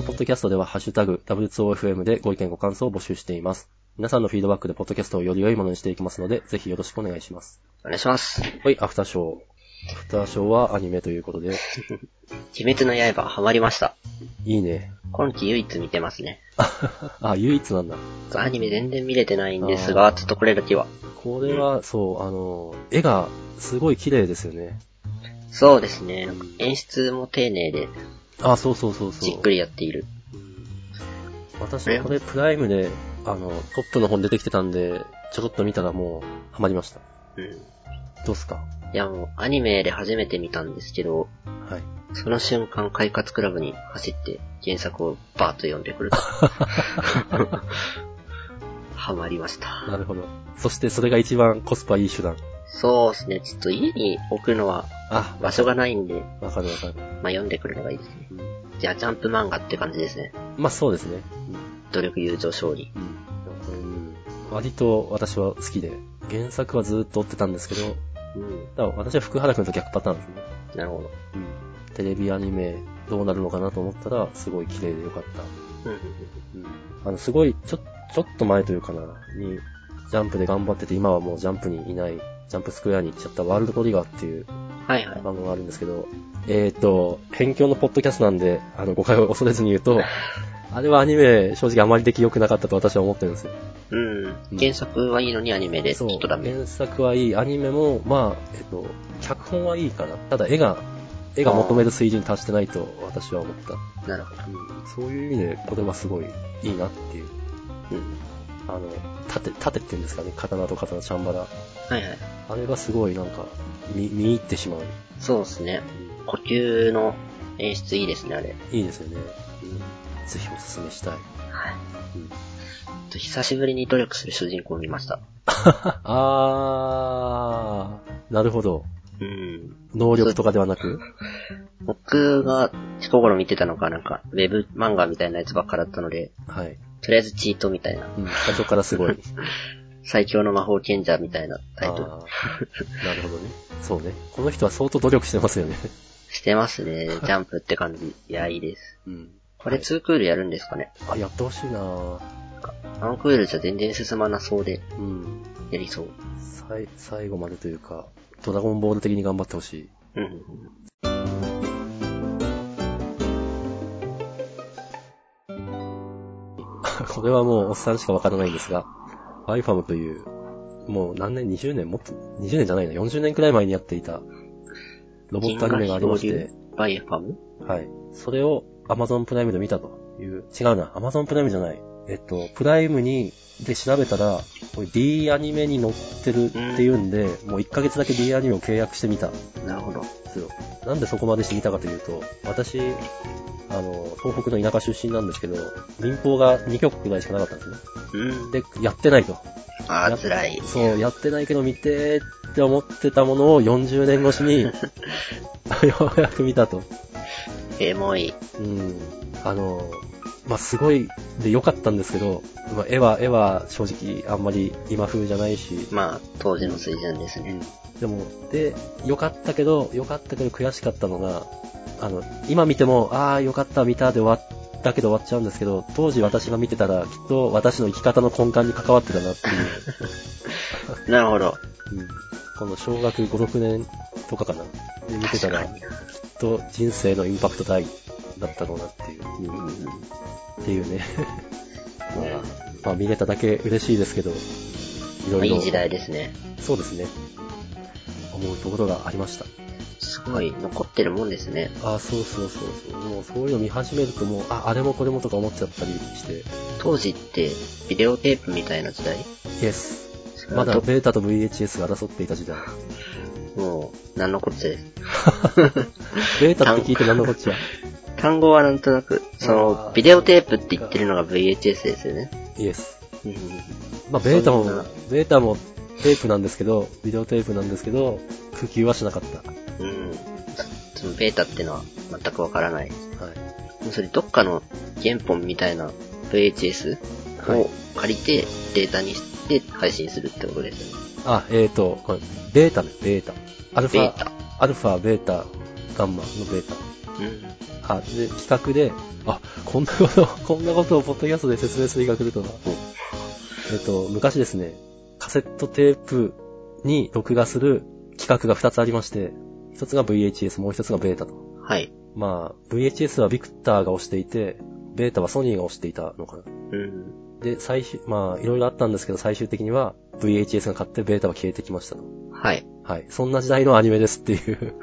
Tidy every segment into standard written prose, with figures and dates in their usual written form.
のポッドキャストではハッシュタグ W2OFM でご意見ご感想を募集しています。皆さんのフィードバックでポッドキャストをより良いものにしていきますので、ぜひよろしくお願いします。 お願いします。 はい、アフターショー。アフターショーはアニメということで。 鬼滅の刃ハマりました。 いいね。 今期唯一見てますね。 あ、唯一なんだ。 アニメ全然見れてないんですが、ちょっとこれだけは。 これは、そう、絵がすごい綺麗ですよね。 そうですね。演出も丁寧で。 あ、そう。 じっくりやっている。 私、これプライムで、トップの本出てきてたんで、ちょろっと見たらもう、ハマりました。どうっすか？ いやもう、アニメで初めて見たんですけど、 はい。 その瞬間、快活クラブに走って原作をバーッと読んでくると。ハマりました。 なるほど。そしてそれが一番コスパいい手段。 そうですね。ちょっと家に置くのは場所がないんで。 わかる。 まあ読んでくるのがいいですね。じゃあジャンプ漫画って感じですね。 まあそうですね。 努力友情勝利。 割と私は好きで、原作はずっと追ってたんですけど、だから私は福原くんと逆パターンですね。 なるほど。 テレビアニメどうなるのかなと思ったら、すごい綺麗でよかった。すごい、ちょっと前というかな、に、ジャンプで頑張ってて、今はもうジャンプにいない、ジャンプスクエアに行っちゃったワールドトリガーっていう番組があるんですけど、辺境のポッドキャストなんで、誤解を恐れずに言うと、あれはアニメ、正直あまり出来良くなかったと私は思ってるんですよ。 原作はいいのにアニメでちょっとダメ。 原作はいい、アニメも、まあ、脚本はいいかな。ただ絵が求める水準に達してないと私は思った。 なるほど。 そういう意味で、これはすごいいいなっていう。盾って言うんですかね。刀と刀、チャンバラ。あれがすごいなんか、見入ってしまう。 そうですね。呼吸の演出いいですね、あれ。 いいですよね。ぜひおすすめしたい。 久しぶりに努力する主人公を見ました。 なるほど。能力とかではなく僕が近頃見てたのがなんか、ウェブ漫画みたいなやつばっかだったので、とりあえずチートみたいな。 最初からすごい。 最強の魔法賢者みたいなタイトル。 なるほどね。そうね。この人は相当努力してますよね。 してますね。ジャンプって感じ。いや、いいです。これ2クールやるんですかね。 やってほしいなぁ。 1クールじゃ全然進まなそうで、やりそう。 最後までというか、ドラゴンボール的に頑張ってほしい。これはもうおっさんしかわからないんですが、バイファムという、もう何年 ?20 年もっと、20年じゃないな、40年くらい前にやっていたロボットアニメがありまして、 バイファム？ はい。それを Amazon プライムで見たという、違うな、Amazon プライムじゃない。プライムで調べたら、これ D アニメに載ってるっていうんで、もう1ヶ月だけ D アニメを契約してみた。 なるほど。 なんでそこまでしてみたかというと、私、東北の田舎出身なんですけど、民放が2局くらいしかなかったんですね。で、やってないと。 辛い。 そう、やってないけど見てって思ってたものを40年越しに、ようやく見たと。 エモい。 まあ、すごい、で良かったんですけど、まあ、絵は正直あんまり今風じゃないし。 まあ、当時の水準ですね。 でも、良かったけど悔しかったのが、今見ても、良かった見たで終わったけど終わっちゃうんですけど、当時私が見てたら、きっと私の生き方の根幹に関わってたなっていう。 なるほど。 この小学5、6年とかかな。で見てたら、きっと人生のインパクト大だったろうなっていう。っていうね。まあ見れただけ嬉しいですけど、いろいろ。 いい時代ですね。 そうですね。思うところがありました。 すごい残ってるもんですね。 そう。もうそういうの見始めるともう、あれもこれもとか思っちゃったりして。 当時ってビデオテープみたいな時代？ Yes。まだベータと VHS が争っていた時代。 もう、なんのこっちゃです。 ベータって聞いてなんのこっちゃ。 単語はなんとなく、ビデオテープって言ってるのが VHS ですよね。 Yes。まあベータもテープなんですけど、ビデオテープなんですけど、普及はしなかった。 そのベータってのは全くわからない。それどっかの原本みたいな VHS を借りてデータにして配信するってことですよね。 これベータね、ベータ。アルファ、ベータ、ガンマのベータ。 で、企画で、こんなことをポッドキャストで説明する日が来るとは。昔ですね、カセットテープに録画する企画が2つありまして、1つが VHS、もう1つがベータと。 はい。 VHS はビクターが押していて、ベータはソニーが押していたのかな。で、いろいろあったんですけど、最終的には VHS が勝ってベータは消えてきましたと。 はい。 はい。そんな時代のアニメですっていう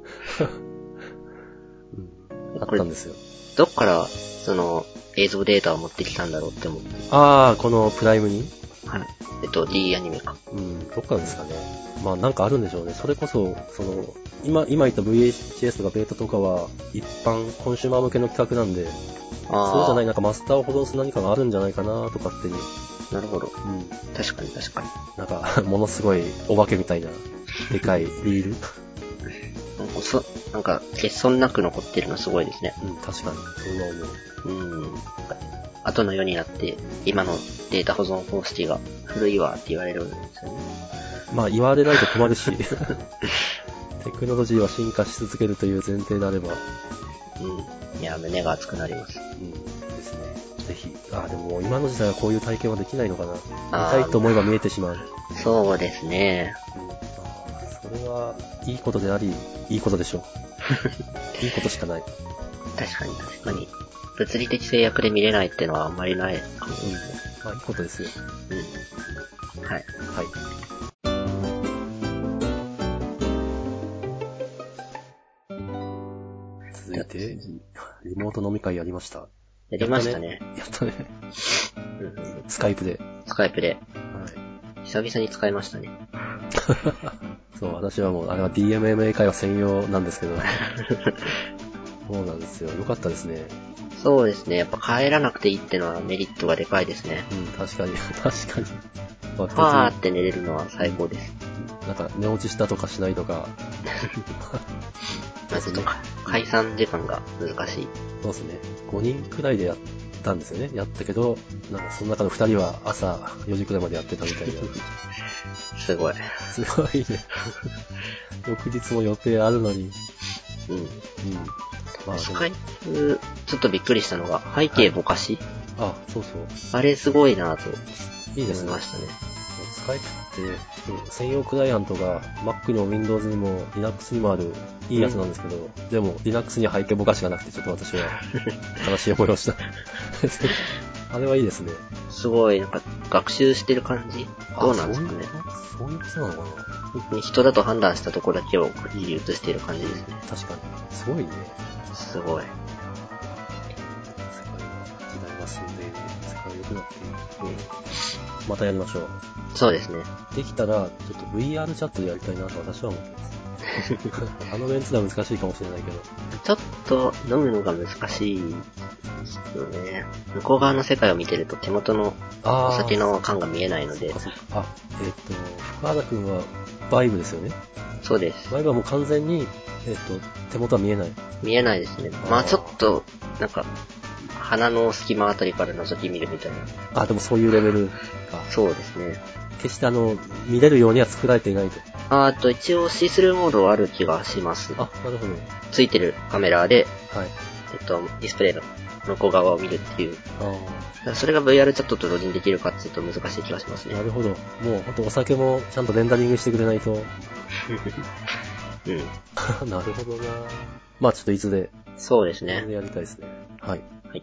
あったんですよ。 どっから、映像データを持ってきたんだろうって思って。 このプライムに？ はい。D アニメか。 どっからですかね。なんかあるんでしょうね。それこそ、今言った VHS とかベータとかは、一般、コンシューマー向けの企画なんで、そうじゃない、なんかマスターを保存する何かがあるんじゃないかなとかっていう。 なるほど。確かに。 なんか、ものすごいお化けみたいな、でかいリールなんか、欠損なく残ってるのすごいですね。 確かに。そう思う。 後の世になって、今のデータ保存方式が古いわって言われるんですよね。 言われないと困るし、テクノロジーは進化し続けるという前提であれば。 いや、胸が熱くなります。 ですね。ぜひ。でも今の時代はこういう体験はできないのかな。見たいと思えば見えてしまう。 そうですね。 それはいいことであり、いいことでしょう。いいことしかない。 確かに。物理的制約で見れないってのはあんまりないかもですね。 いいことですよ。 はい。 続いて、リモート飲み会やりました。 やりましたね。 やったね。スカイプで。 はい。久々に使いましたね。 そう、私はもう、あれは DMMA 会話専用なんですけど。そうなんですよ。よかったですね。 そうですね。やっぱ帰らなくていいってのはメリットがでかいですね。 確かに。 パーって寝れるのは最高です。 なんか、寝落ちしたとかしないとか。 とか、解散時間が難しい。 そうですね。5人くらいでやったんですよね。やったけど、なんかその中の2人は朝4時くらいまでやってたみたいな。 すごい。 すごいね。翌日も予定あるのに。 スカイプ、ちょっとびっくりしたのが、背景ぼかし、 そうそう。 あれすごいなぁと。 いいですね。 思いましたね。 スカイプって、専用クライアントが Mac にも Windows にも Linux にもあるいいやつなんですけど、でも Linux には背景ぼかしがなくてちょっと私は悲しい思いをした。あれはいいですね。 すごい、なんか学習してる感じどうなんですかね。 そういうことなのかな。人だと判断したところだけを切り移している感じですね。 確かに。すごいね。 すごい。 時代が進んでいる。世界が良くなっている。またやりましょう。 そうですね。 できたら、ちょっと VR チャットでやりたいなと私は思ってます。あのメンツでは難しいかもしれないけど。 ちょっと飲むのが難しいですよね。向こう側の世界を見てると手元のお酒の缶が見えないので。 福原くんはバイブですよね。 そうです。 バイブはもう完全に、手元は見えない。 見えないですね。ちょっと、なんか、鼻の隙間あたりから覗き見るみたいな。 でもそういうレベルか。 そうですね。 決して見れるようには作られていないと。 一応シースルーモードはある気がします。 なるほど。 ついてるカメラで、 はい。 ディスプレイの向こう側を見るっていう。それが VR チャットと同時にできるかっていうと難しい気がしますね。 なるほど。もうほんとお酒もちゃんとレンダリングしてくれないと。なるほどな。ちょっといずれ。 そうですね。 いずれやりたいですね。はい。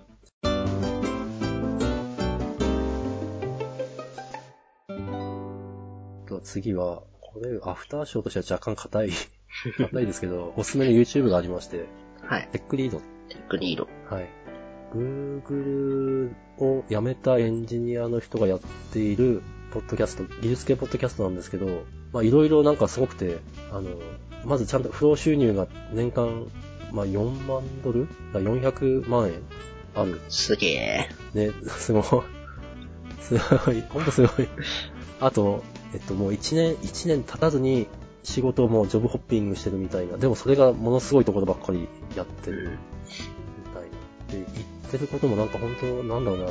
次は、これ、アフターショーとしては若干硬いですけど、おすすめの YouTube がありまして、 はい。 テックリード。はい。Google を辞めたエンジニアの人がやっている、ポッドキャスト、技術系ポッドキャストなんですけど、いろいろなんかすごくて、まずちゃんと不労収入が年間、4万ドル ?400 万円ある。 すげえ。 ね、すごい。ほんとすごい。あと、もう1年経たずに仕事をもうジョブホッピングしてるみたいな。でもそれがものすごいところばっかりやってるみたいな。で、言ってることもなんか本当なんだろうな。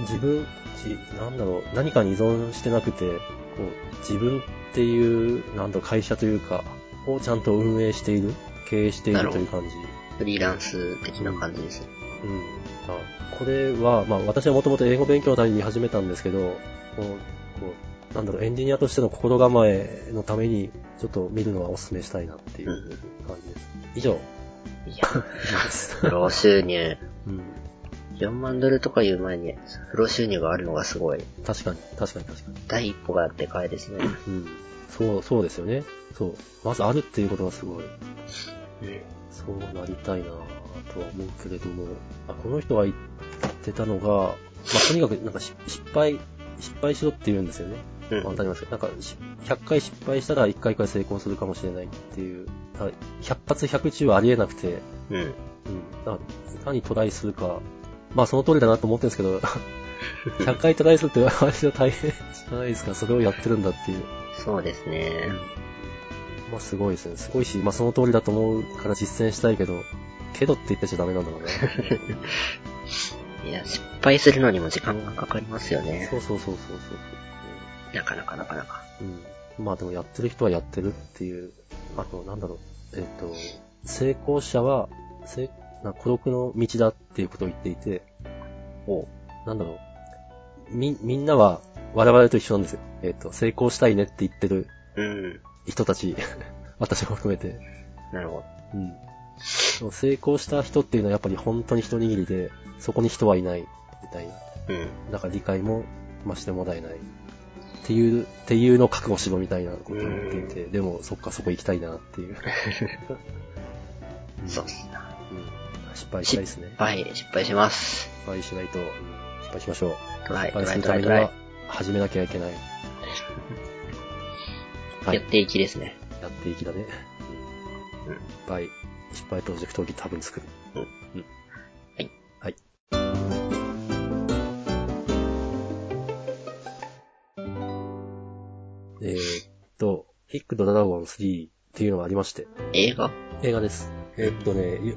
何かに依存してなくて、自分っていう、会社というか、をちゃんと運営している、経営しているという感じ。 フリーランス的な感じですね。 これは、私はもともと英語勉強のために始めたんですけど、エンジニアとしての心構えのために、ちょっと見るのはお勧めしたいなっていう感じです。以上。 いや、不労収入。4万ドルとかいう前に、不労収入があるのがすごい。 確かに。 第一歩がでかいですね。 そうですよね。そう。まずあるっていうことがすごい。そうなりたいなぁとは思うけれども、この人が言ってたのが、とにかく失敗しろって言うんですよね。わかりますか？100回失敗したら1回成功するかもしれないっていう、100発100中はありえなくて、いかにトライするか、その通りだなと思ってるんですけど、100回トライするって割と大変じゃないですか。それをやってるんだっていう。 そうですね。 すごいですね。すごいし、その通りだと思うから実践したいけどって言ってちゃダメなんだろうね。 いや、失敗するのにも時間がかかりますよね。 そう。 なかなか。 でもやってる人はやってるっていう、成功者は、孤独の道だっていうことを言っていて、みんなは我々と一緒なんですよ。成功したいねって言ってる人たち、私も含めて。 なるほど。成功した人っていうのはやっぱり本当に一握りで、そこに人はいないみたいな。だから理解もしてもらえない。っていうのを覚悟しろみたいなことを言っていて、でもそこ行きたいなっていう。 そうっすな。 失敗したいですね。 失敗します。 失敗しないと、失敗しましょう。 失敗するためには、始めなきゃいけない。 やっていきですね。 やっていきだね。失敗プロジェクトを多分作る。はい。ヒックドラゴン3っていうのがありまして。 映画です。向こ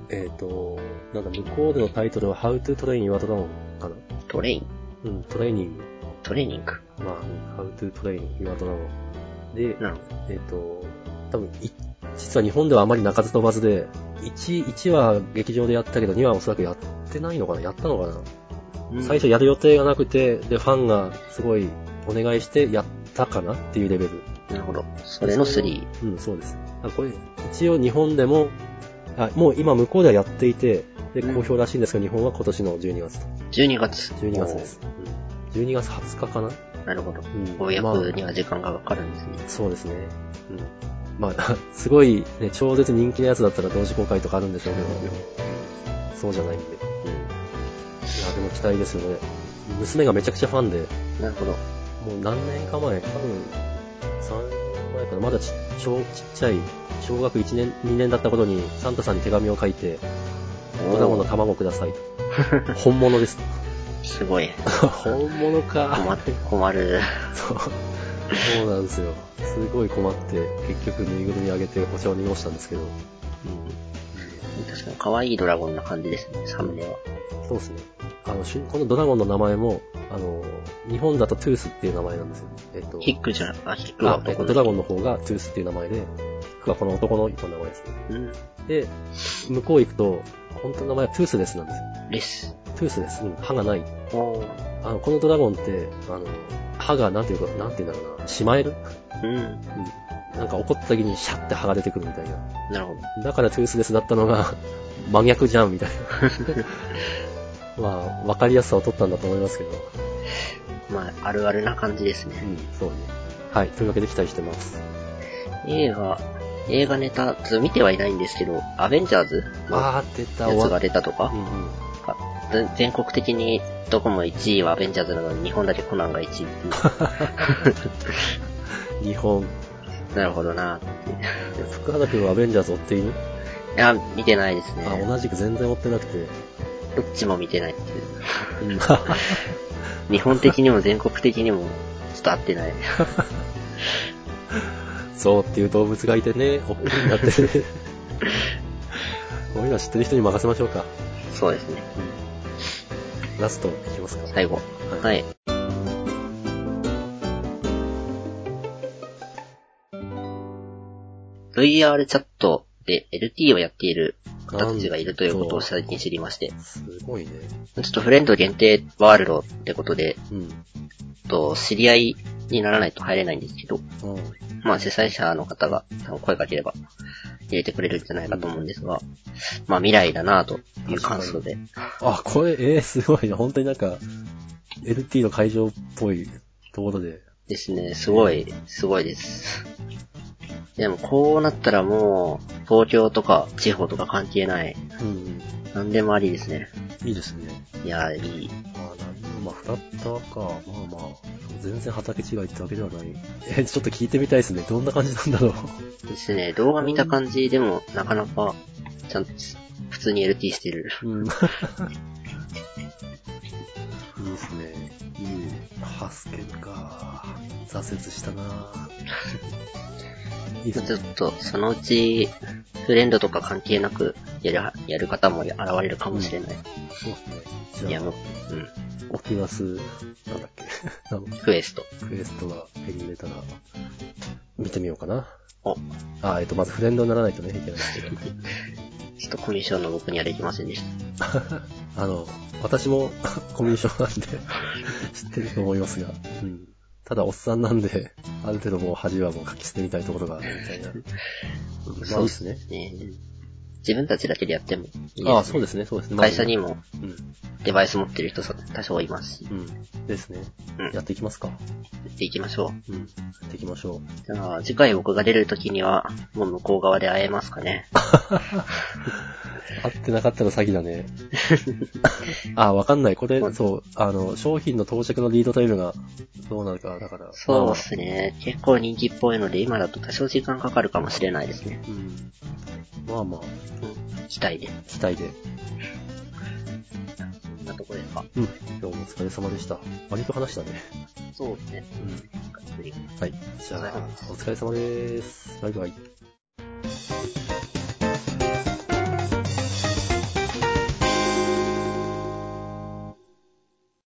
うでのタイトルは How to Train Your Dragon かな？ トレイン？ トレーニング。 トレーニング。 How to Train Your Dragon。で、多分、実は日本ではあまり鳴かず飛ばずで、1は劇場でやったけど、2はおそらくやってないのかな？やったのかな？最初やる予定がなくて、で、ファンがすごいお願いしてやったかなっていうレベル。 なるほど。それの3。 そうです。これ、一応日本でも、もう今向こうではやっていて、で、好評らしいんですが、日本は今年の12月。 12月。 12月です。12月20日かな？ なるほど。翻訳には時間がかかるんですね。 そうですね。すごいね、超絶人気のやつだったら同時公開とかあるんでしょうけど、そうじゃないんで。でも期待ですよね。娘がめちゃくちゃファンで。 なるほど。 もう何年か前、多分、3年前からまだちっちゃい、小学1年、2年だった頃に、サンタさんに手紙を書いて、ドラゴンの卵くださいと。本物ですと。 すごい。 本物か。 困る。 そうなんですよ。すごい困って、結局ぬいぐるみあげてお茶を濁したんですけど。 確かに可愛いドラゴンな感じですね、サムネは。 そうですね。このドラゴンの名前も、日本だとトゥースっていう名前なんですよ。 ヒックは男のドラゴンの方がトゥースっていう名前で、ヒックはこの男の人の名前ですね。で、向こう行くと、本当の名前はトゥースレスなんですよ。 レス。 トゥースレス。歯がない。このドラゴンって、歯がなんていうんだろうな、しまえる？なんか怒った時にシャッて歯が出てくるみたいな。 なるほど。 だからトゥースレスだったのが、真逆じゃんみたいな。わかりやすさを取ったんだと思いますけど。 あるあるな感じですね。 そうね。はい。というわけで期待してます。 映画ネタ、見てはいないんですけど、アベンジャーズのやつが出たとか、全国的にどこも1位はアベンジャーズなのに日本だけコナンが1位っていう。 日本。 なるほどな。 福原君はアベンジャーズ追っている？ いや、見てないですね。 同じく全然追ってなくて。 どっちも見てないっていう。日本的にも全国的にもちょっと合ってない。 そうっていう動物がいてね、おっきりになってね。こういうのは知ってる人に任せましょうか。 そうですね。 ラストいきますか。 最後。はい。VR チャットで LT をやっている方たちがいるということを最近知りまして。 すごいね。 ちょっとフレンド限定ワールドってことで、知り合いにならないと入れないんですけど、まあ主催者の方が声かければ入れてくれるんじゃないかと思うんですが、まあ未来だなという感想で。 あ、これ、すごいね。本当になんか、LT の会場っぽいところで。 ですね、すごいです。でもこうなったらもう、東京とか地方とか関係ない。なんでもありですね。 いいですね。 いや、いい。 まあ、フラッターか。まあ、全然畑違いってわけではない。ちょっと聞いてみたいですね。どんな感じなんだろう。ですね、動画見た感じでも、なかなか、ちゃんと、普通に LT してる。 いいですね。ハスケか。挫折したないいですね。 ちょっと、そのうち、フレンドとか関係なくやる方も現れるかもしれない。そうですね。じゃあ、 いや、 オキュラス、なんだっけ。 クエストが手に入れたら、見てみようかな。 まずフレンドにならないとね、いけないですけど。 ちょっとコミュ障の僕にはできませんでした。 私もコミュ障なんで知ってると思いますが、ただおっさんなんで、ある程度もう恥はもう書き捨てみたいところがあるみたいな。まあいいですね。 自分たちだけでやってもいいですね。 そうですね。 会社にも、デバイス持ってる人多少いますし。 ですね。やっていきますか。 やっていきましょう。 やっていきましょう。 じゃあ、次回僕が出るときには、もう向こう側で会えますかね。 会ってなかったら詐欺だね。わかんない。これ、商品の到着のリードタイムがどうなるか、だから。 そうですね。結構人気っぽいので、今だと多少時間かかるかもしれないですね。 まあまあ。 期待で。 期待で。 こんなとこですか。 今日もお疲れ様でした。割と話したね。 そうですね。 はい。じゃあ、お疲れ様です。バイバイ。